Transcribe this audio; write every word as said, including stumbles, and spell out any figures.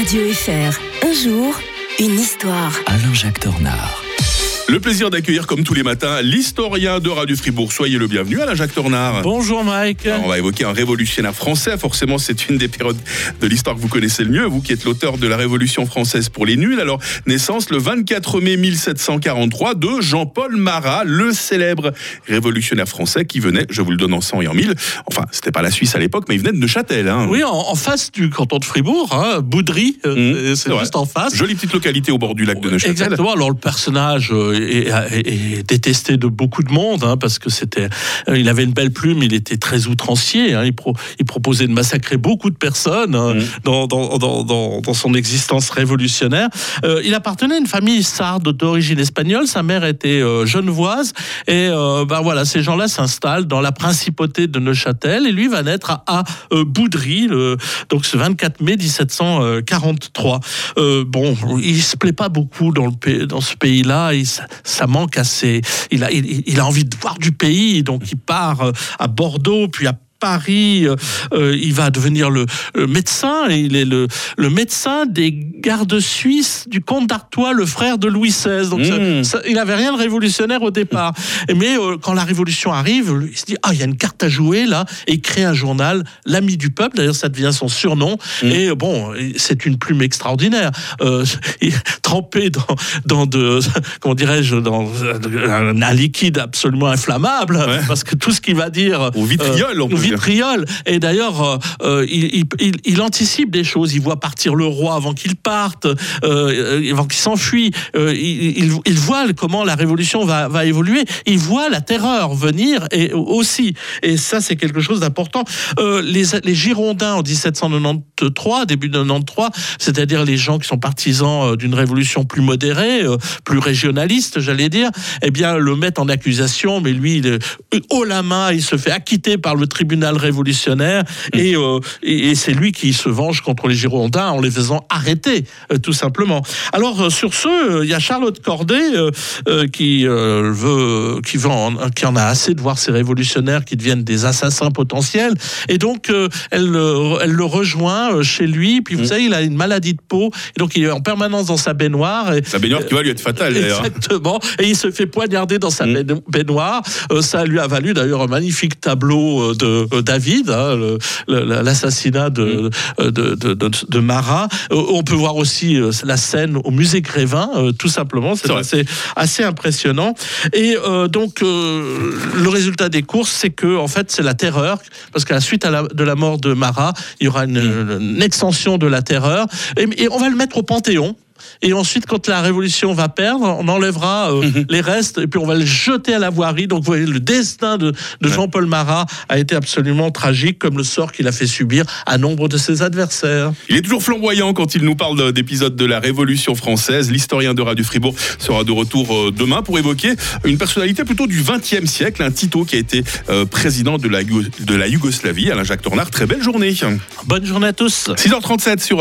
Radio F R, un jour, une histoire. Alain-Jacques Tornard. Le plaisir d'accueillir comme tous les matins l'historien de Radio Fribourg. Soyez le bienvenu, Alain-Jacques Tornard. Bonjour Mike. Alors, on va évoquer un révolutionnaire français. Forcément, c'est une des périodes de l'histoire que vous connaissez le mieux, vous qui êtes l'auteur de la Révolution française pour les nuls. Alors, naissance le vingt-quatre mai mille sept cent quarante-trois de Jean-Paul Marat, le célèbre révolutionnaire français qui venait, je vous le donne en cent et en mille, enfin, c'était pas la Suisse à l'époque, mais il venait de Neuchâtel. Hein. Oui, en, en face du canton de Fribourg, hein, Boudry, mmh, c'est, c'est juste en face. Jolie petite localité au bord du lac de Neuchâtel. Exactement, alors le personnage... Euh, Et, et, et détesté de beaucoup de monde, hein, parce que c'était, euh, il avait une belle plume, il était très outrancier, hein, il, pro, il proposait de massacrer beaucoup de personnes hein, mmh. dans, dans, dans, dans, dans son existence révolutionnaire. Euh, il appartenait à une famille sarde d'origine espagnole, sa mère était euh, genevoise, et euh, ben voilà, ces gens-là s'installent dans la principauté de Neuchâtel, et lui va naître à, à euh, Boudry, le, donc ce vingt-quatre mai dix-sept cent quarante-trois. Euh, bon, il se plaît pas beaucoup dans, le pays, dans ce pays-là, il, ça, ça manque assez. Il a, il, il a envie de voir du pays, donc il part à Bordeaux, puis à Paris, euh, il va devenir le, le médecin, et il est le, le médecin des gardes suisses du comte d'Artois, le frère de Louis seize. Donc mmh. ça, ça, il n'avait rien de révolutionnaire au départ. Mais euh, quand la Révolution arrive, il se dit, ah, il y a une carte à jouer là, et il crée un journal, l'Ami du peuple, d'ailleurs ça devient son surnom, mmh. et bon, c'est une plume extraordinaire. Euh, il, trempé dans, dans de, comment dirais-je, dans un, un liquide absolument inflammable, ouais. parce que tout ce qu'il va dire... Au vitriol, euh, on peut vitriol. Et d'ailleurs, euh, il, il, il anticipe des choses. Il voit partir le roi avant qu'il parte, euh, avant qu'il s'enfuit. Euh, il, il, il voit comment la révolution va, va évoluer. Il voit la terreur venir et aussi. Et ça, c'est quelque chose d'important. Euh, les, les Girondins en dix-sept cent quatre-vingt-treize, début de quatre-vingt-treize, c'est-à-dire les gens qui sont partisans d'une révolution plus modérée, euh, plus régionaliste, j'allais dire, eh bien, le mettent en accusation. Mais lui, il, haut la main, il se fait acquitter par le tribunal révolutionnaire et, euh, et, et c'est lui qui se venge contre les Girondins en les faisant arrêter, euh, tout simplement. Alors euh, sur ce, il euh, y a Charlotte Corday euh, euh, qui euh, veut, qui veut en, qui en a assez de voir ces révolutionnaires qui deviennent des assassins potentiels, et donc euh, elle, euh, elle le rejoint chez lui. Puis vous mmh. savez, il a une maladie de peau, et donc il est en permanence dans sa baignoire. Et, sa baignoire qui va lui être fatale d'ailleurs. Exactement. Et il se fait poignarder dans sa mmh. baignoire. Euh, ça lui a valu d'ailleurs un magnifique tableau de David, hein, le, le, l'assassinat de, mmh. de, de, de, de Marat. Euh, on peut voir aussi euh, la scène au musée Grévin, euh, tout simplement. C'est, c'est assez, assez impressionnant. Et euh, donc, euh, le résultat des courses, c'est que, en fait, c'est la terreur, parce qu'à la suite à la, de la mort de Marat, il y aura une, mmh. une extension de la terreur. Et, et on va le mettre au Panthéon. Et ensuite, quand la Révolution va perdre, on enlèvera euh, mmh. les restes et puis on va le jeter à la voirie. Donc, vous voyez, le destin de, de Jean-Paul Marat a été absolument tragique, comme le sort qu'il a fait subir à nombre de ses adversaires. Il est toujours flamboyant quand il nous parle d'épisodes de la Révolution française. L'historien de Radio Fribourg sera de retour demain pour évoquer une personnalité plutôt du vingtième siècle, un Tito qui a été euh, président de la, de la Yougoslavie. Alain-Jacques Tornard, très belle journée. Bonne journée à tous. six heures trente-sept sur